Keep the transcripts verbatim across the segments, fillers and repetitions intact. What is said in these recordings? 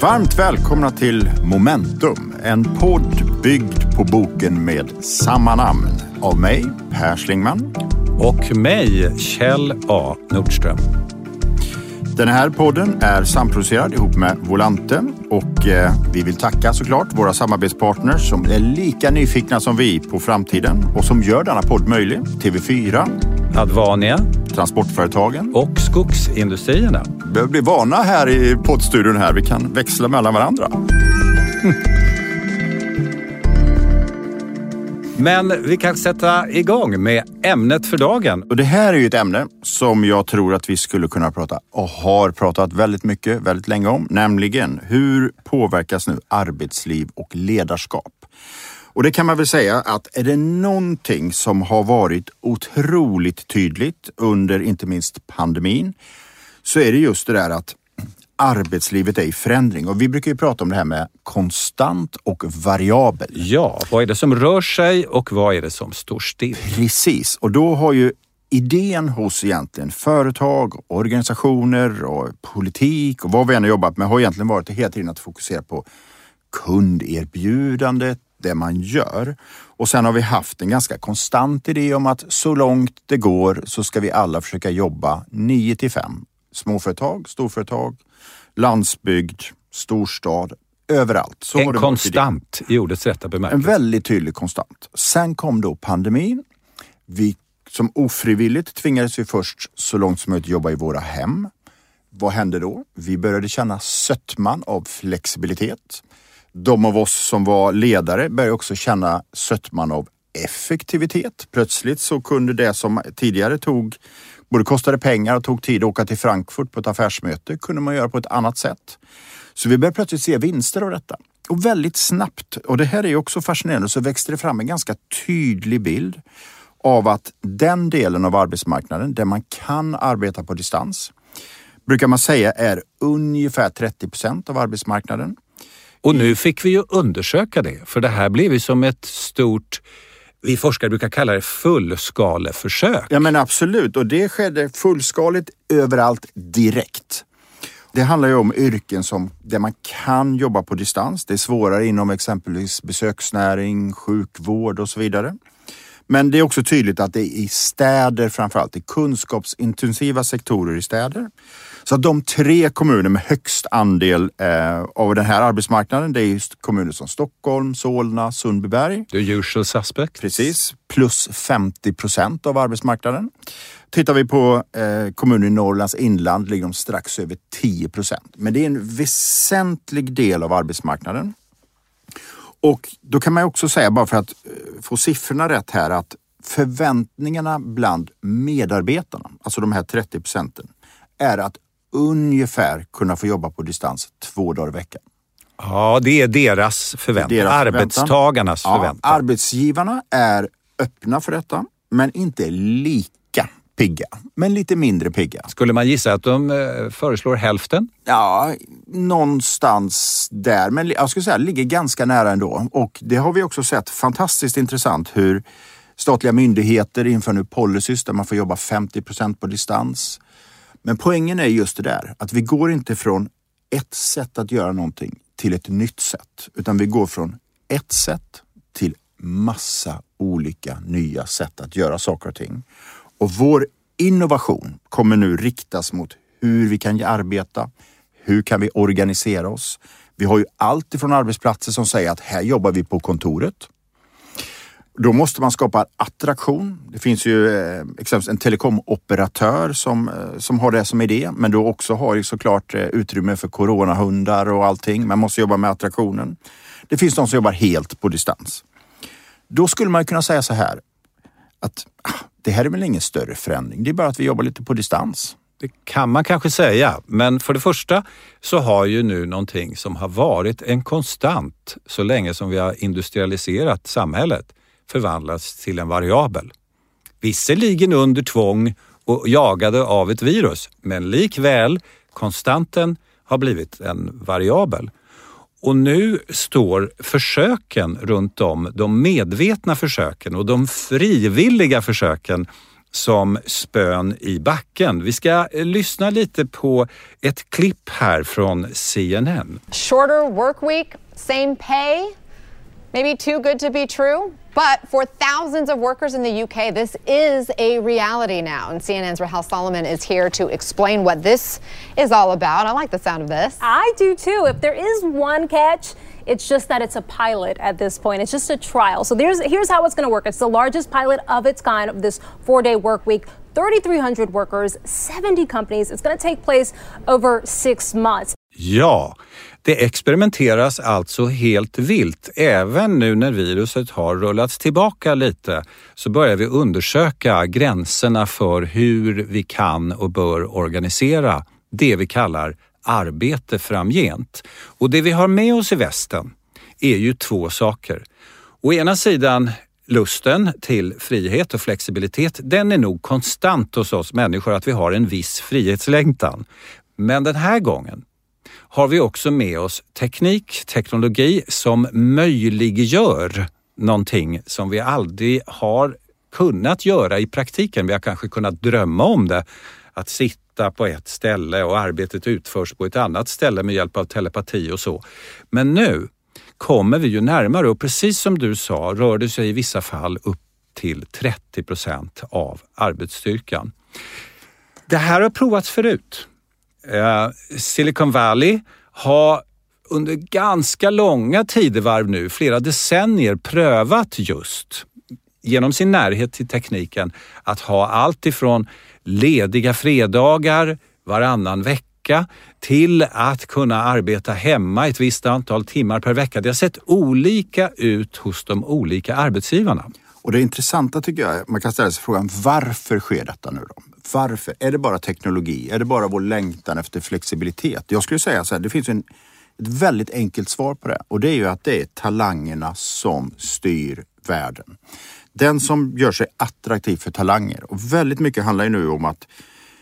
Varmt välkomna till Momentum, en podd byggd på boken med samma namn av mig, Per Schlingmann. Och mig, Kjell A. Nordström. Den här podden är samproducerad ihop med Volante och eh, vi vill tacka såklart våra samarbetspartners som är lika nyfikna som vi på framtiden och som gör denna podd möjlig. T V fyra, Advania, Transportföretagen och Skogsindustrierna. Vi behöver bli vana här i poddstudion här. Vi kan växla mellan varandra. Mm. Men vi kan sätta igång med ämnet för dagen. Och det här är ju ett ämne som jag tror att vi skulle kunna prata och har pratat väldigt mycket, väldigt länge om. Nämligen, hur påverkas nu arbetsliv och ledarskap? Och det kan man väl säga att är det någonting som har varit otroligt tydligt under inte minst pandemin, så är det just det där att arbetslivet är i förändring. Och vi brukar ju prata om det här med konstant och variabel. Ja, vad är det som rör sig och vad är det som står still? Precis, och då har ju idén hos egentligen företag, organisationer och politik och vad vi än har jobbat med har egentligen varit hela tiden att fokusera på kunderbjudandet, det man gör. Och sen har vi haft en ganska konstant idé om att så långt det går så ska vi alla försöka jobba nio till fem. Småföretag, storföretag, landsbygd, storstad, överallt. Så en konstant i ordets rätta bemärkelse. En väldigt tydlig konstant. Sen kom då pandemin. Vi som ofrivilligt tvingades vi först så långt som möjligt jobba i våra hem. Vad hände då? Vi började känna sötman av flexibilitet. De av oss som var ledare började också känna sötman av effektivitet. Plötsligt så kunde det som tidigare tog, både kostade pengar och tog tid att åka till Frankfurt på ett affärsmöte, kunde man göra på ett annat sätt. Så vi började plötsligt se vinster av detta. Och väldigt snabbt, och det här är ju också fascinerande, så växte det fram en ganska tydlig bild av att den delen av arbetsmarknaden där man kan arbeta på distans, brukar man säga är ungefär trettio procent av arbetsmarknaden. Och nu fick vi ju undersöka det, för det här blev ju som ett stort, vi forskare brukar kalla det fullskaleförsök. Ja men absolut, och det skedde fullskaligt överallt direkt. Det handlar ju om yrken som där man kan jobba på distans. Det är svårare inom exempelvis besöksnäring, sjukvård och så vidare. Men det är också tydligt att det är i städer, framförallt i kunskapsintensiva sektorer i städer. Så att de tre kommuner med högst andel eh, av den här arbetsmarknaden, det är just kommuner som Stockholm, Solna, Sundbyberg. The usual suspect. Precis, plus femtio procent av arbetsmarknaden. Tittar vi på eh, kommuner i Norrlands inland ligger de strax över tio procent. Men det är en väsentlig del av arbetsmarknaden. Och då kan man också säga, bara för att få siffrorna rätt här, att förväntningarna bland medarbetarna, alltså de här trettio procenten, är att ungefär kunna få jobba på distans två dagar i veckan. Ja, det är deras förväntan. Deras arbetstagarnas förväntan. förväntan. Ja, arbetsgivarna är öppna för detta, men inte lika pigga, men lite mindre pigga. Skulle man gissa att de föreslår hälften? Ja, någonstans där. Men jag skulle säga ligger ganska nära ändå. Och det har vi också sett fantastiskt intressant hur statliga myndigheter inför nu policies där man får jobba femtio procent på distans. Men poängen är just det där, att vi går inte från ett sätt att göra någonting till ett nytt sätt. Utan vi går från ett sätt till massa olika nya sätt att göra saker och ting. Och vår innovation kommer nu riktas mot hur vi kan arbeta, hur kan vi organisera oss. Vi har ju allt ifrån arbetsplatser som säger att här jobbar vi på kontoret. Då måste man skapa attraktion. Det finns ju eh, exempelvis en telekomoperatör som, eh, som har det som idé. Men då också har ju såklart eh, utrymme för coronahundar och allting. Man måste jobba med attraktionen. Det finns de som jobbar helt på distans. Då skulle man kunna säga så här att ah, det här är väl ingen större förändring. Det är bara att vi jobbar lite på distans. Det kan man kanske säga, men för det första så har ju nu någonting som har varit en konstant så länge som vi har industrialiserat samhället förvandlats till en variabel. Visserligen under tvång och jagade av ett virus, men likväl konstanten har blivit en variabel. Och nu står försöken runt om, de medvetna försöken och de frivilliga försöken som spön i backen. Vi ska lyssna lite på ett klipp här från C N N. Shorter work week, same pay, maybe too good to be true. But for thousands of workers in the U K, this is a reality now. And C N N's Rahel Solomon is here to explain what this is all about. I like the sound of this. I do too. If there is one catch, it's just that it's a pilot at this point. It's just a trial. So there's, here's how it's going to work. It's the largest pilot of its kind of this four-day work week. thirty-three hundred workers, seventy companies. It's going to take place over six months. Ja, det experimenteras alltså helt vilt. Även nu när viruset har rullats tillbaka lite så börjar vi undersöka gränserna för hur vi kan och bör organisera det vi kallar arbete framgent. Och det vi har med oss i västen är ju två saker. Å ena sidan lusten till frihet och flexibilitet, den är nog konstant hos oss människor att vi har en viss frihetslängtan. Men den här gången har vi också med oss teknik, teknologi som möjliggör någonting som vi aldrig har kunnat göra i praktiken. Vi har kanske kunnat drömma om det, att sitta på ett ställe och arbetet utförs på ett annat ställe med hjälp av telepati och så. Men nu kommer vi ju närmare och precis som du sa rör det sig i vissa fall upp till trettio procent av arbetsstyrkan. Det här har provats förut. Uh, Silicon Valley har under ganska långa tidevarv nu, flera decennier, prövat just genom sin närhet till tekniken att ha allt ifrån lediga fredagar varannan vecka till att kunna arbeta hemma ett visst antal timmar per vecka. Det har sett olika ut hos de olika arbetsgivarna. Och det intressanta tycker jag, man kan ställa sig frågan, varför sker detta nu då? Varför? Är det bara teknologi? Är det bara vår längtan efter flexibilitet? Jag skulle säga så här, det finns en, ett väldigt enkelt svar på det. Och det är ju att det är talangerna som styr världen. Den som gör sig attraktiv för talanger. Och väldigt mycket handlar ju nu om att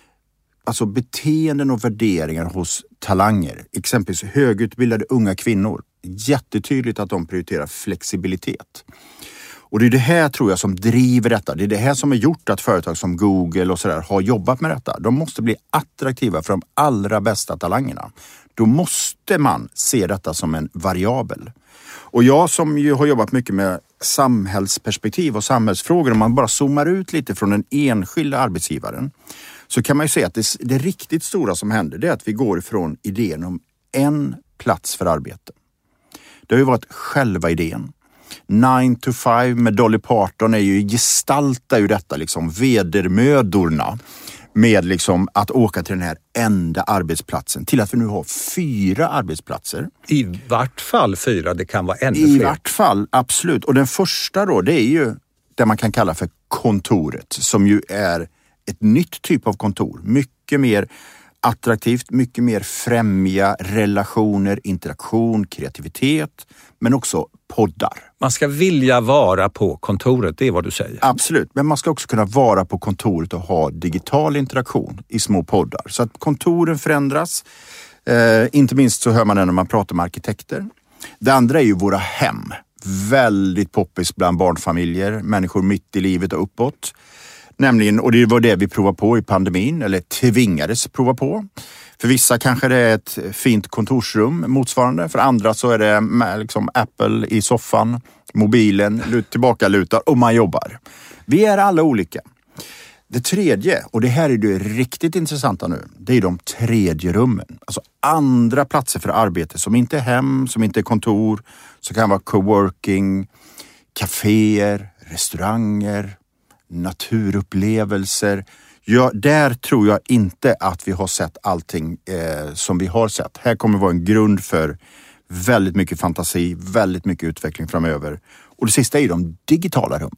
alltså beteenden och värderingar hos talanger. Exempelvis högutbildade unga kvinnor. Jättetydligt att de prioriterar flexibilitet. Och det är det här tror jag som driver detta. Det är det här som har gjort att företag som Google och sådär har jobbat med detta. De måste bli attraktiva för de allra bästa talangerna. Då måste man se detta som en variabel. Och jag som ju har jobbat mycket med samhällsperspektiv och samhällsfrågor, om man bara zoomar ut lite från den enskilda arbetsgivaren, så kan man ju se att det, det riktigt stora som händer, det är att vi går ifrån idén om en plats för arbete. Det har ju varit själva idén. nine to five med Dolly Parton är ju gestaltar ju detta liksom vedermödorna med liksom att åka till den här enda arbetsplatsen till att vi nu har fyra arbetsplatser. I vart fall fyra, det kan vara ännu I fler. I vart fall, absolut. Och den första då, det är ju det man kan kalla för kontoret, som ju är ett nytt typ av kontor. Mycket mer attraktivt, mycket mer främja relationer, interaktion, kreativitet, men också poddar. Man ska vilja vara på kontoret, det är vad du säger. Absolut, men man ska också kunna vara på kontoret och ha digital interaktion i små poddar. Så att kontoren förändras. Eh, inte minst så hör man det när man pratar med arkitekter. Det andra är ju våra hem. Väldigt poppis bland barnfamiljer, människor mitt i livet och uppåt. Nämligen, och det var det vi provade på i pandemin, eller tvingades prova på. För vissa kanske det är ett fint kontorsrum motsvarande. För andra så är det liksom Apple i soffan, mobilen, tillbaka lutar och man jobbar. Vi är alla olika. Det tredje, och det här är det riktigt intressanta nu, det är de tredje rummen. Alltså andra platser för arbete som inte är hem, som inte är kontor, som kan vara coworking, kaféer, restauranger, naturupplevelser. Ja, där tror jag inte att vi har sett allting eh, som vi har sett. Här kommer vara en grund för väldigt mycket fantasi, väldigt mycket utveckling framöver. Och det sista är ju de digitala rummen.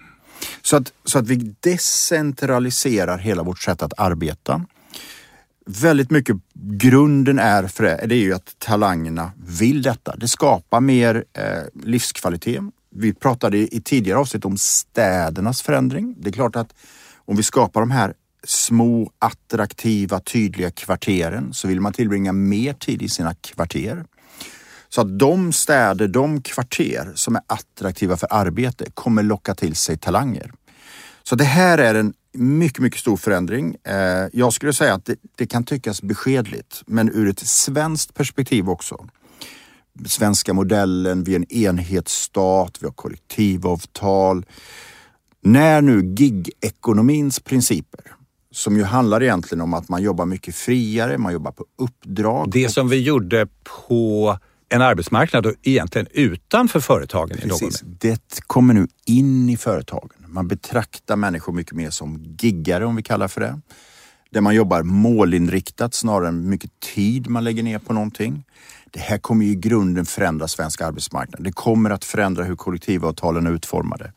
Så att, så att vi decentraliserar hela vårt sätt att arbeta. Väldigt mycket grunden är för det, det är ju att talangerna vill detta. Det skapar mer eh, livskvalitet. Vi pratade i tidigare avsnitt om städernas förändring. Det är klart att om vi skapar de här små, attraktiva, tydliga kvarteren så vill man tillbringa mer tid i sina kvarter. Så att de städer, de kvarter som är attraktiva för arbete kommer locka till sig talanger. Så det här är en mycket, mycket stor förändring. Eh, jag skulle säga att det, det kan tyckas beskedligt, men ur ett svenskt perspektiv också. Svenska modellen, vi är en enhetsstat, vi har kollektivavtal. När nu gig-ekonomins principer, som ju handlar egentligen om att man jobbar mycket friare, man jobbar på uppdrag. Det som vi gjorde på en arbetsmarknad och egentligen utanför företagen. Precis, det kommer nu in i företagen. Man betraktar människor mycket mer som giggare, om vi kallar för det. Där man jobbar målinriktat snarare än mycket tid man lägger ner på någonting. Det här kommer ju i grunden förändra svensk arbetsmarknad. Det kommer att förändra hur kollektivavtalen är utformade.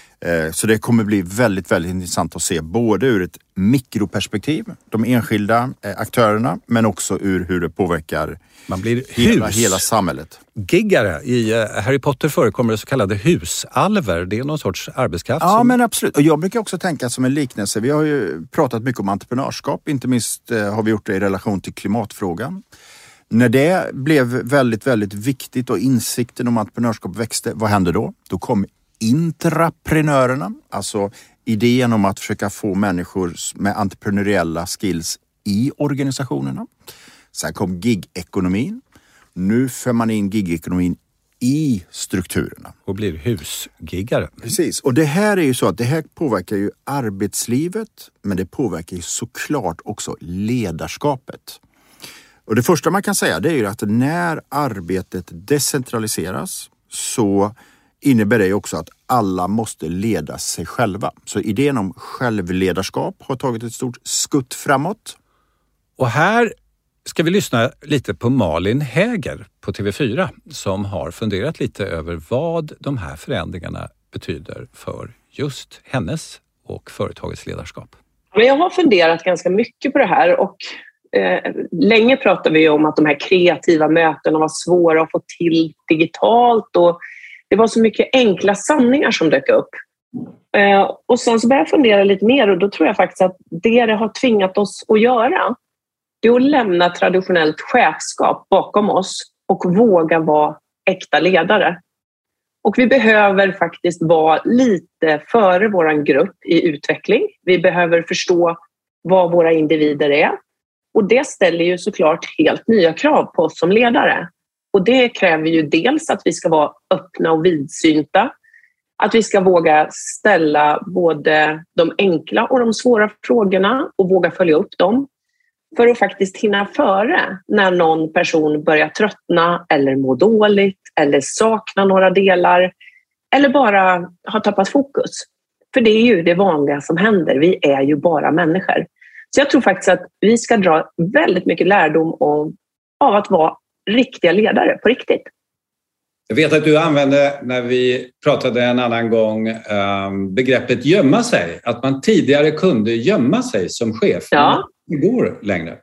Så det kommer bli väldigt, väldigt intressant att se både ur ett mikroperspektiv, de enskilda aktörerna, men också ur hur det påverkar Man blir hela, hus. hela samhället. Giggare. I Harry Potter förekommer det så kallade husalver. Det är någon sorts arbetskraft. Ja, som... men absolut. Och jag brukar också tänka som en liknelse. Vi har ju pratat mycket om entreprenörskap. Inte minst har vi gjort det i relation till klimatfrågan. När det blev väldigt, väldigt viktigt och insikten om entreprenörskap växte, vad hände då? Då kom intraprenörerna, alltså idén om att försöka få människor med entreprenöriella skills i organisationerna. Sen kom gig-ekonomin. Nu för man in gig-ekonomin i strukturerna. Och blir husgiggare. Precis, och det här är ju så att det här påverkar ju arbetslivet, men det påverkar ju såklart också ledarskapet. Och det första man kan säga, det är ju att när arbetet decentraliseras så innebär det också att alla måste leda sig själva. Så idén om självledarskap har tagit ett stort skutt framåt. Och här ska vi lyssna lite på Malin Häger på T V fyra som har funderat lite över vad de här förändringarna betyder för just hennes och företagets ledarskap. Jag har funderat ganska mycket på det här och eh, länge pratade vi om att de här kreativa mötena var svåra att få till digitalt och det var så mycket enkla sanningar som dök upp. Eh, och sen så började jag fundera lite mer och då tror jag faktiskt att det det har tvingat oss att göra det är att lämna traditionellt chefskap bakom oss och våga vara äkta ledare. Och vi behöver faktiskt vara lite före vår grupp i utveckling. Vi behöver förstå vad våra individer är. Och det ställer ju såklart helt nya krav på oss som ledare. Och det kräver ju dels att vi ska vara öppna och vidsynta. Att vi ska våga ställa både de enkla och de svåra frågorna och våga följa upp dem. För att faktiskt hinna före när någon person börjar tröttna eller må dåligt eller sakna några delar eller bara har tappat fokus. För det är ju det vanliga som händer. Vi är ju bara människor. Så jag tror faktiskt att vi ska dra väldigt mycket lärdom om, av att vara riktiga ledare på riktigt. Jag vet att du använde, när vi pratade en annan gång, begreppet gömma sig. Att man tidigare kunde gömma sig som chef. Ja. Det går längre.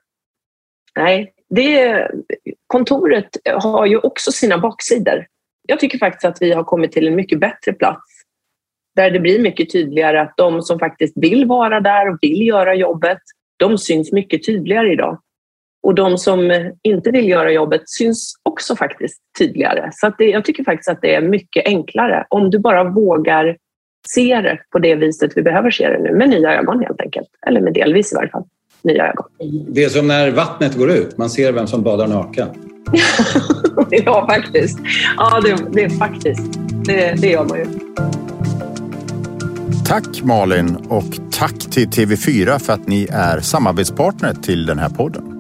Nej, det, kontoret har ju också sina baksidor. Jag tycker faktiskt att vi har kommit till en mycket bättre plats. Där det blir mycket tydligare att de som faktiskt vill vara där och vill göra jobbet, de syns mycket tydligare idag. Och de som inte vill göra jobbet syns också faktiskt tydligare. Så att det, jag tycker faktiskt att det är mycket enklare. Om du bara vågar se det på det viset vi behöver se det nu. Med nya ögon helt enkelt. Eller med delvis i varje fall. Nya ögon. Det är som när vattnet går ut. Man ser vem som badar naken. Ja, faktiskt. Ja, det, det är faktiskt. Det, det gör man ju. Tack Malin och tack till T V fyra för att ni är samarbetspartner till den här podden.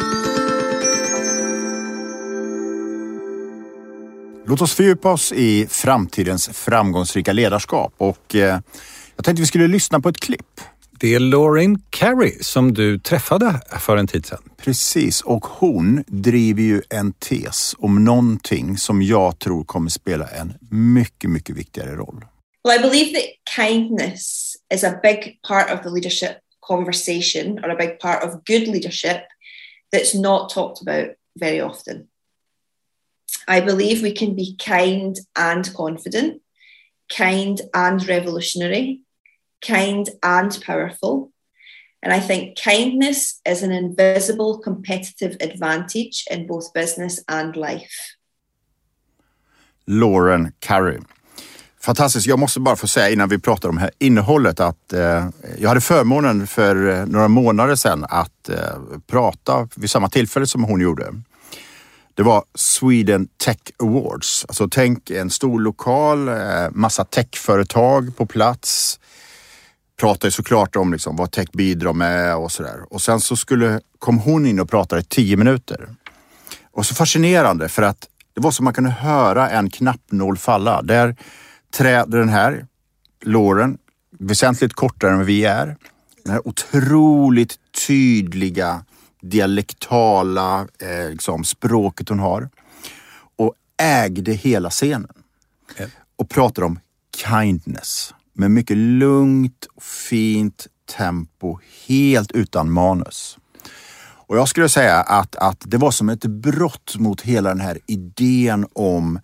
Låt oss fördjupa oss i framtidens framgångsrika ledarskap och eh, jag tänkte vi skulle lyssna på ett klipp. Det är Lauren Carey som du träffade för en tid sedan. Precis, och hon driver ju en tes om någonting som jag tror kommer spela en mycket, mycket viktigare roll. Well, I believe that kindness is a big part of the leadership conversation or a big part of good leadership that's not talked about very often. I believe we can be kind and confident, kind and revolutionary, kind and powerful. And I think kindness is an invisible competitive advantage in both business and life. Lauren Carey. Fantastiskt. Jag måste bara få säga innan vi pratar om här innehållet att eh, jag hade förmånen för eh, några månader sedan att eh, prata vid samma tillfälle som hon gjorde. Det var Sweden Tech Awards. Alltså tänk en stor lokal, eh, massa techföretag på plats. Pratar ju såklart om liksom, vad tech bidrar med och sådär. Och sen så skulle, kom hon in och pratade i tio minuter. Och så fascinerande för att det var som man kunde höra en knappnål falla. Där träder den här, Lauren, väsentligt kortare än vi är. Den här otroligt tydliga, dialektala eh, liksom, språket hon har. Och ägde hela scenen. Mm. Och pratade om kindness. Med mycket lugnt och fint tempo, helt utan manus. Och jag skulle säga att, att det var som ett brott mot hela den här idén om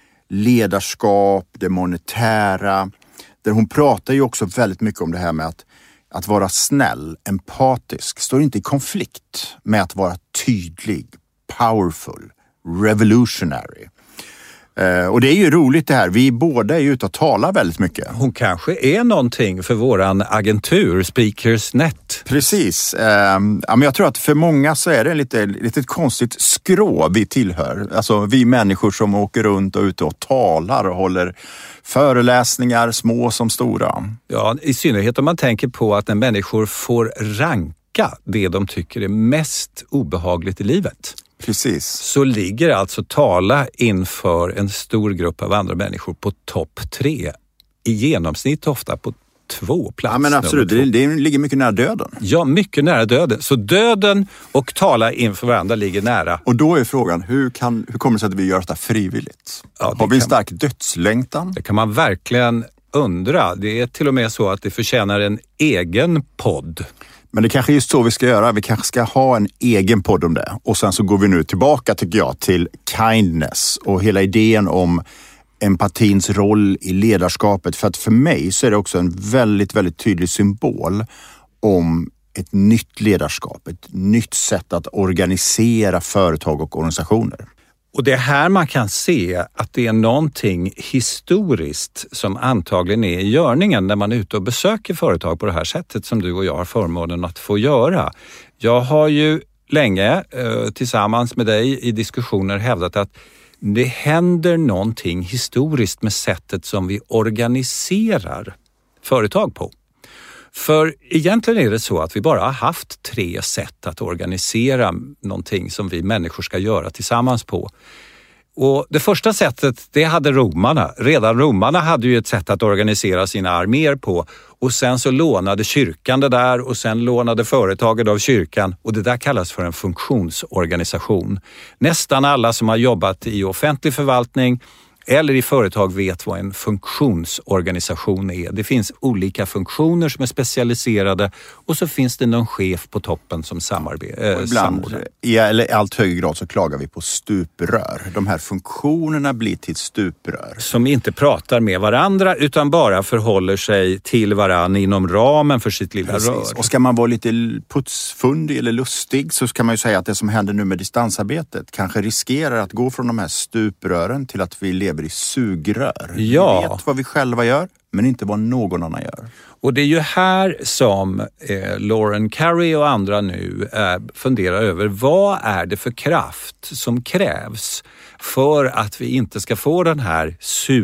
ledarskap, det monetära. Där hon pratar ju också väldigt mycket om det här med att, att vara snäll, empatisk. Står inte i konflikt med att vara tydlig, powerful, revolutionary. Uh, och det är ju roligt det här. Vi båda är ju ute och talar väldigt mycket. Hon kanske är någonting för våran agentur, Speakers Net. Precis. Uh, ja, men jag tror att för många så är det lite, lite ett konstigt skrå vi tillhör. Alltså vi människor som åker runt och ute och talar och håller föreläsningar, små som stora. Ja, i synnerhet om man tänker på att när människor får ranka det de tycker är mest obehagligt i livet. Precis. Så ligger alltså tala inför en stor grupp av andra människor på topp tre. I genomsnitt ofta på två platser. Ja men absolut, det, det ligger mycket nära döden. Ja, mycket nära döden. Så döden och tala inför varandra ligger nära. Och då är frågan, hur, kan, hur kommer det sig att vi gör detta frivilligt? Ja, det Har vi en stark kan, dödslängtan? Det kan man verkligen undra. Det är till och med så att det förtjänar en egen podd. Men det kanske är just så vi ska göra. Vi kanske ska ha en egen podd om det. Och sen så går vi nu tillbaka tycker jag till kindness och hela idén om empatins roll i ledarskapet. För att för mig så är det också en väldigt, väldigt tydlig symbol om ett nytt ledarskap. Ett nytt sätt att organisera företag och organisationer. Och det är här man kan se att det är någonting historiskt som antagligen är i görningen när man är ute och besöker företag på det här sättet som du och jag har förmånen att få göra. Jag har ju länge eh, tillsammans med dig i diskussioner hävdat att det händer någonting historiskt med sättet som vi organiserar företag på. För egentligen är det så att vi bara har haft tre sätt att organisera någonting som vi människor ska göra tillsammans på. Och det första sättet, det hade romarna. Redan romarna hade ju ett sätt att organisera sina arméer på. Och sen så lånade kyrkan det där och sen lånade företaget av kyrkan. Och det där kallas för en funktionsorganisation. Nästan alla som har jobbat i offentlig förvaltning eller i företag vet vad en funktionsorganisation är. Det finns olika funktioner som är specialiserade och så finns det någon chef på toppen som samarbetar. Äh, ibland, i allt högre grad så klagar vi på stuprör. De här funktionerna blir till stuprör. Som inte pratar med varandra utan bara förhåller sig till varandra inom ramen för sitt lilla Precis. rör. Och ska man vara lite putsfundig eller lustig så kan man ju säga att det som händer nu med distansarbetet kanske riskerar att gå från de här stuprören till att vi lever i sugrör. Ja. Vi vet vad vi själva gör, men inte vad någon annan gör. Och det är ju här som eh, Lauren Carey och andra nu eh, funderar över vad är det för kraft som krävs för att vi inte ska få den här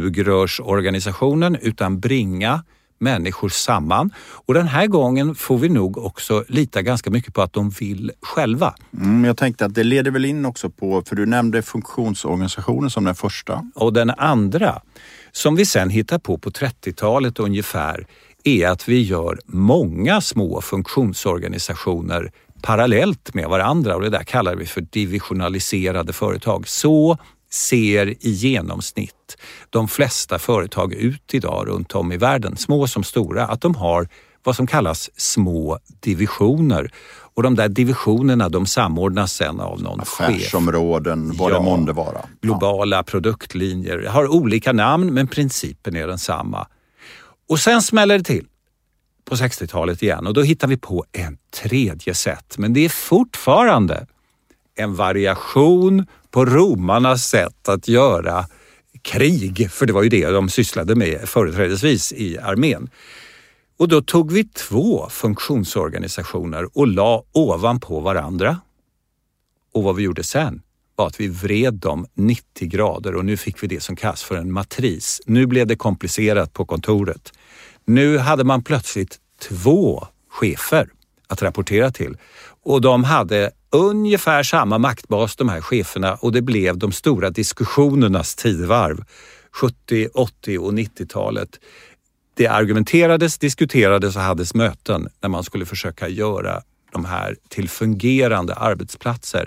sugrörsorganisationen utan bringa människor samman. Och den här gången får vi nog också lita ganska mycket på att de vill själva. Mm, jag tänkte att det leder väl in också på, för du nämnde funktionsorganisationen som den första. Och den andra, som vi sen hittar på på trettiotalet ungefär, är att vi gör många små funktionsorganisationer parallellt med varandra. Och det där kallar vi för divisionaliserade företag. Så ser i genomsnitt de flesta företag ut idag runt om i världen, små som stora, att de har vad som kallas små divisioner. Och de där divisionerna de samordnas sen av någon affärsområden, chef. vad ja, det månde vara. Globala ja. produktlinjer. Har olika namn men principen är densamma. Och sen smäller det till på sextiotalet igen och då hittar vi på en tredje sätt. Men det är fortfarande en variation på romarnas sätt att göra krig, för det var ju det de sysslade med företrädesvis i armén. Och då tog vi två funktionsorganisationer och la ovanpå varandra. Och vad vi gjorde sen var att vi vred dem nittio grader och nu fick vi det som kallas för en matris. Nu blev det komplicerat på kontoret. Nu hade man plötsligt två chefer att rapportera till. Och de hade ungefär samma maktbas, de här cheferna, och det blev de stora diskussionernas tidevarv. sjuttio-, åttio- och nittiotalet. Det argumenterades, diskuterades och hades möten när man skulle försöka göra de här till fungerande arbetsplatser.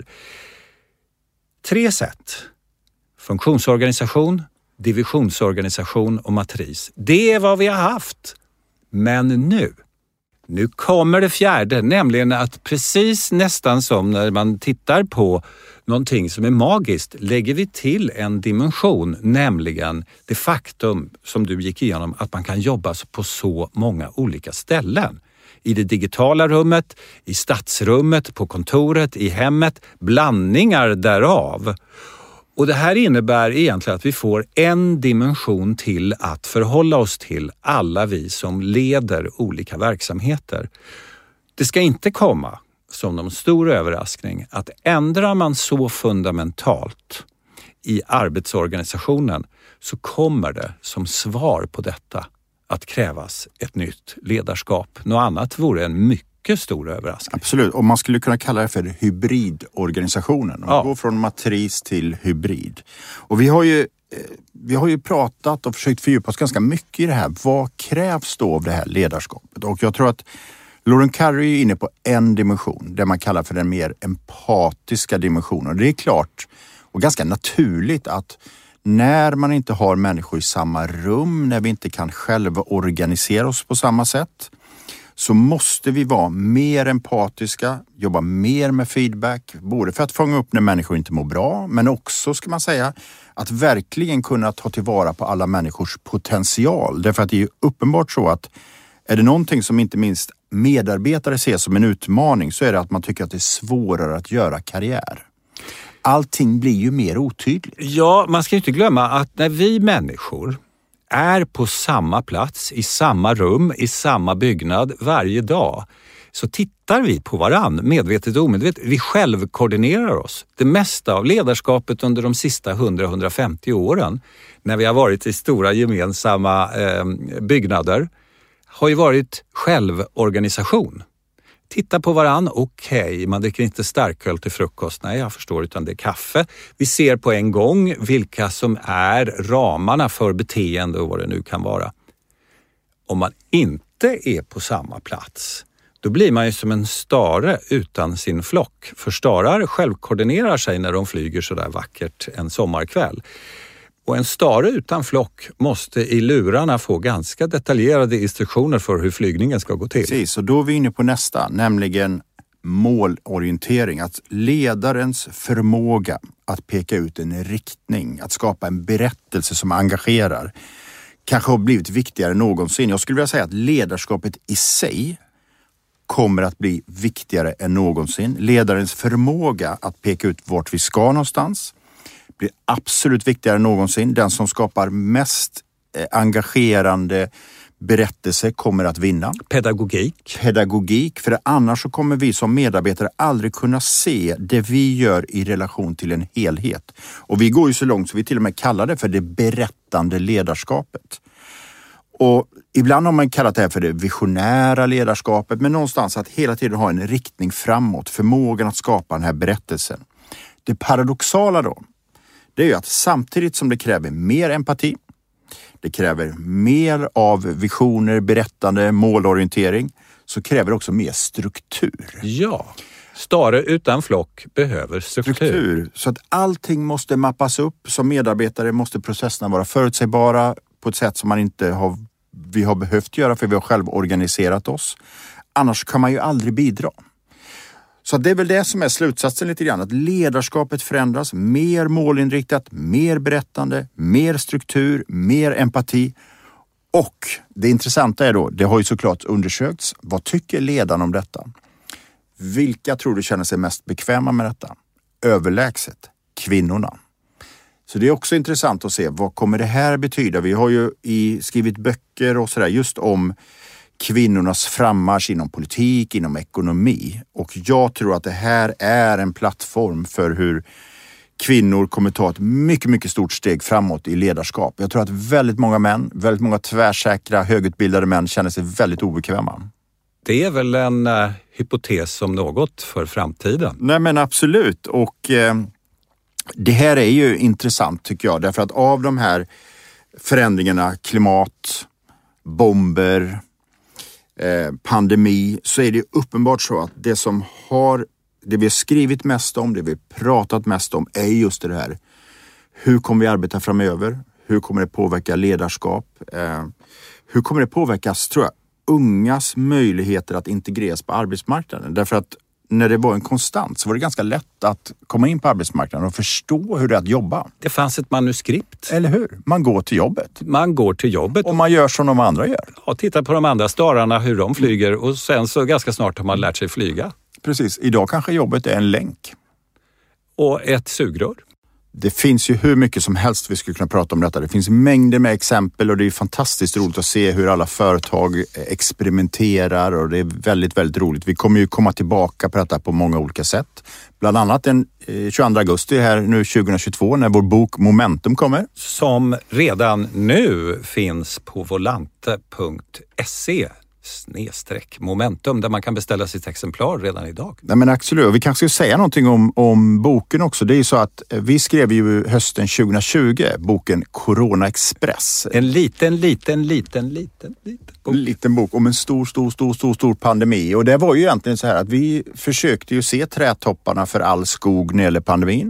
Tre sätt. Funktionsorganisation, divisionsorganisation och matris. Det är vad vi har haft. Men nu, nu kommer det fjärde, nämligen att precis nästan som när man tittar på någonting som är magiskt lägger vi till en dimension, nämligen det faktum som du gick igenom att man kan jobba på så många olika ställen. I det digitala rummet, i stadsrummet, på kontoret, i hemmet, blandningar därav. Och det här innebär egentligen att vi får en dimension till att förhålla oss till, alla vi som leder olika verksamheter. Det ska inte komma som någon stor överraskning att ändrar man så fundamentalt i arbetsorganisationen så kommer det som svar på detta att krävas ett nytt ledarskap. Något annat vore en mycket stor överraskning. Absolut, och man skulle kunna kalla det för hybridorganisationen. Man ja. går från matris till hybrid. Och vi har ju vi har ju pratat och försökt fördjupa oss ganska mycket i det här. Vad krävs då av det här ledarskapet? Och jag tror att Lauren Curry är inne på en dimension, det man kallar för den mer empatiska dimensionen. Det är klart och ganska naturligt att när man inte har människor i samma rum, när vi inte kan själva organisera oss på samma sätt, så måste vi vara mer empatiska, jobba mer med feedback, både för att fånga upp när människor inte mår bra, men också, ska man säga, att verkligen kunna ta tillvara på alla människors potential. Därför att det är ju uppenbart så att är det någonting som inte minst medarbetare ser som en utmaning, så är det att man tycker att det är svårare att göra karriär. Allting blir ju mer otydligt. Ja, man ska ju inte glömma att när vi människor är på samma plats, i samma rum, i samma byggnad varje dag, så tittar vi på varann, medvetet och omedvetet. Vi självkoordinerar oss. Det mesta av ledarskapet under de sista hundra till hundrafemtio åren, när vi har varit i stora gemensamma eh, byggnader, har ju varit självorganisation. Titta på varann, okej, okay, man dricker inte starköl till frukost, nej jag förstår, utan det är kaffe. Vi ser på en gång vilka som är ramarna för beteende och vad det nu kan vara. Om man inte är på samma plats, då blir man ju som en stare utan sin flock. För starar självkoordinerar sig när de flyger så där vackert en sommarkväll. Och en stare utan flock måste i lurarna få ganska detaljerade instruktioner för hur flygningen ska gå till. Precis, och då är vi inne på nästa, nämligen målorientering. Att ledarens förmåga att peka ut en riktning, att skapa en berättelse som engagerar, kanske har blivit viktigare än någonsin. Jag skulle vilja säga att ledarskapet i sig kommer att bli viktigare än någonsin. Ledarens förmåga att peka ut vart vi ska någonstans blir absolut viktigare än någonsin. Den som skapar mest engagerande berättelse kommer att vinna. Pedagogik. Pedagogik, för annars så kommer vi som medarbetare aldrig kunna se det vi gör i relation till en helhet. Och vi går ju så långt så vi till och med kallar det för det berättande ledarskapet. Och ibland har man kallat det här för det visionära ledarskapet, men någonstans att hela tiden ha en riktning framåt, förmågan att skapa den här berättelsen. Det paradoxala då, det är ju att samtidigt som det kräver mer empati, det kräver mer av visioner, berättande, målorientering, så kräver det också mer struktur. Ja, stare utan flock behöver struktur. struktur. Så att allting måste mappas upp. Som medarbetare måste processerna vara förutsägbara på ett sätt som man inte har, vi har behövt göra för vi har själv organiserat oss. Annars kan man ju aldrig bidra. Så det är väl det som är slutsatsen lite grann, att ledarskapet förändras, mer målinriktat, mer berättande, mer struktur, mer empati. Och det intressanta är då, det har ju såklart undersökts, vad tycker ledarna om detta? Vilka tror du känner sig mest bekväma med detta? Överlägset kvinnorna. Så det är också intressant att se vad kommer det här betyda. Vi har ju i, skrivit böcker och sådär just om kvinnornas frammarsch inom politik, inom ekonomi. Och jag tror att det här är en plattform för hur kvinnor kommer ta ett mycket, mycket stort steg framåt i ledarskap. Jag tror att väldigt många män, väldigt många tvärsäkra, högutbildade män känner sig väldigt obekväma. Det är väl en uh, hypotes som något för framtiden? Nej men absolut. Och eh, det här är ju intressant tycker jag. Därför att av de här förändringarna, klimat, bomber, eh, pandemi, så är det uppenbart så att det som har, det vi har skrivit mest om, det vi har pratat mest om är just det här. Hur kommer vi arbeta framöver? Hur kommer det påverka ledarskap? Eh, hur kommer det påverkas, tror jag, ungas möjligheter att integreras på arbetsmarknaden? Därför att när det var en konstant så var det ganska lätt att komma in på arbetsmarknaden och förstå hur det är att jobba. Det fanns ett manuskript. Eller hur? Man går till jobbet. Man går till jobbet. Och man gör som de andra gör. Ja, titta på de andra stararna, hur de flyger och sen så ganska snart har man lärt sig flyga. Precis. Idag kanske jobbet är en länk. Och ett sugrör. Det finns ju hur mycket som helst vi skulle kunna prata om detta. Det finns mängder med exempel och det är fantastiskt roligt att se hur alla företag experimenterar och det är väldigt, väldigt roligt. Vi kommer ju komma tillbaka på detta på många olika sätt. Bland annat den tjugoandra augusti här nu tjugohundratjugotvå när vår bok Momentum kommer. Som redan nu finns på volante punkt se snedstreck momentum där man kan beställa sitt exemplar redan idag. Nej men absolut, vi kanske ska säga någonting om, om boken också. Det är ju så att vi skrev ju hösten tjugohundratjugo boken Corona Express. En liten, liten, liten, liten, liten bok. En liten bok om en stor, stor, stor, stor, stor pandemi. Och det var ju egentligen så här att vi försökte ju se trädtopparna för all skog när det gäller pandemin.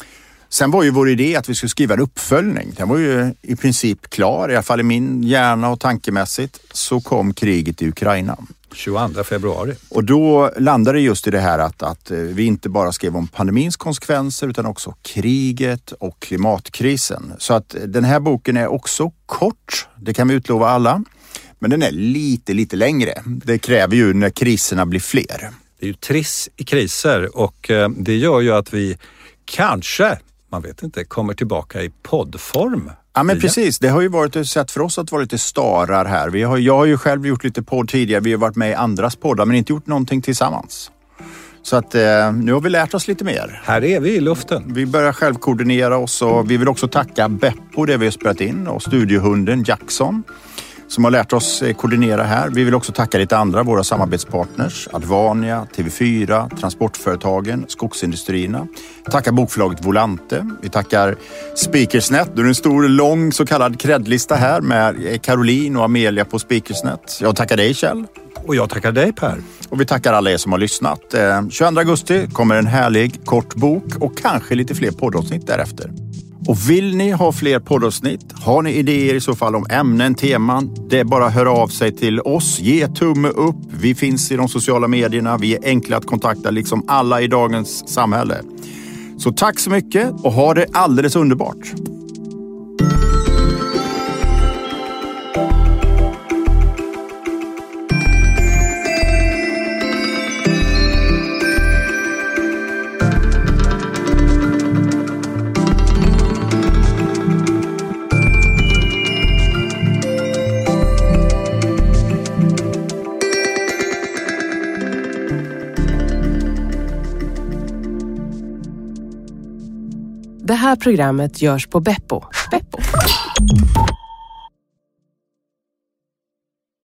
Sen var ju vår idé att vi skulle skriva en uppföljning. Den var ju i princip klar, i alla fall i min hjärna och tankemässigt. Så kom kriget i Ukraina. tjugoandra februari. Och då landade det just i det här att, att vi inte bara skrev om pandemins konsekvenser utan också kriget och klimatkrisen. Så att den här boken är också kort, det kan vi utlova alla. Men den är lite, lite längre. Det kräver ju när kriserna blir fler. Det är ju triss i kriser och det gör ju att vi kanske, man vet inte, kommer tillbaka i poddform. Ja men precis, det har ju varit ett sätt för oss att vara lite starar här. Vi har, jag har ju själv gjort lite podd tidigare, vi har varit med i andras poddar men inte gjort någonting tillsammans. Så att eh, nu har vi lärt oss lite mer. Här är vi i luften. Vi börjar själv koordinera oss och vi vill också tacka Beppo det vi har spelat in och studiohunden Jackson som har lärt oss koordinera här. Vi vill också tacka lite andra, våra samarbetspartners, Advania, T V fyra, transportföretagen, skogsindustrierna. Tackar bokförlaget Volante. Vi tackar Speakersnet. Det är en stor, lång så kallad kreddlista här med Caroline och Amelia på Speakersnet. Jag tackar dig Kjell. Och jag tackar dig Per. Och vi tackar alla er som har lyssnat. Eh, tjugoandra augusti kommer en härlig kort bok och kanske lite fler poddavsnitt därefter. Och vill ni ha fler poddavsnitt, har ni idéer i så fall om ämnen, teman, det är bara att höra av sig till oss, ge tumme upp, vi finns i de sociala medierna, vi är enkla att kontakta liksom alla i dagens samhälle. Så tack så mycket och ha det alldeles underbart! Det här programmet görs på Beppo. Beppo.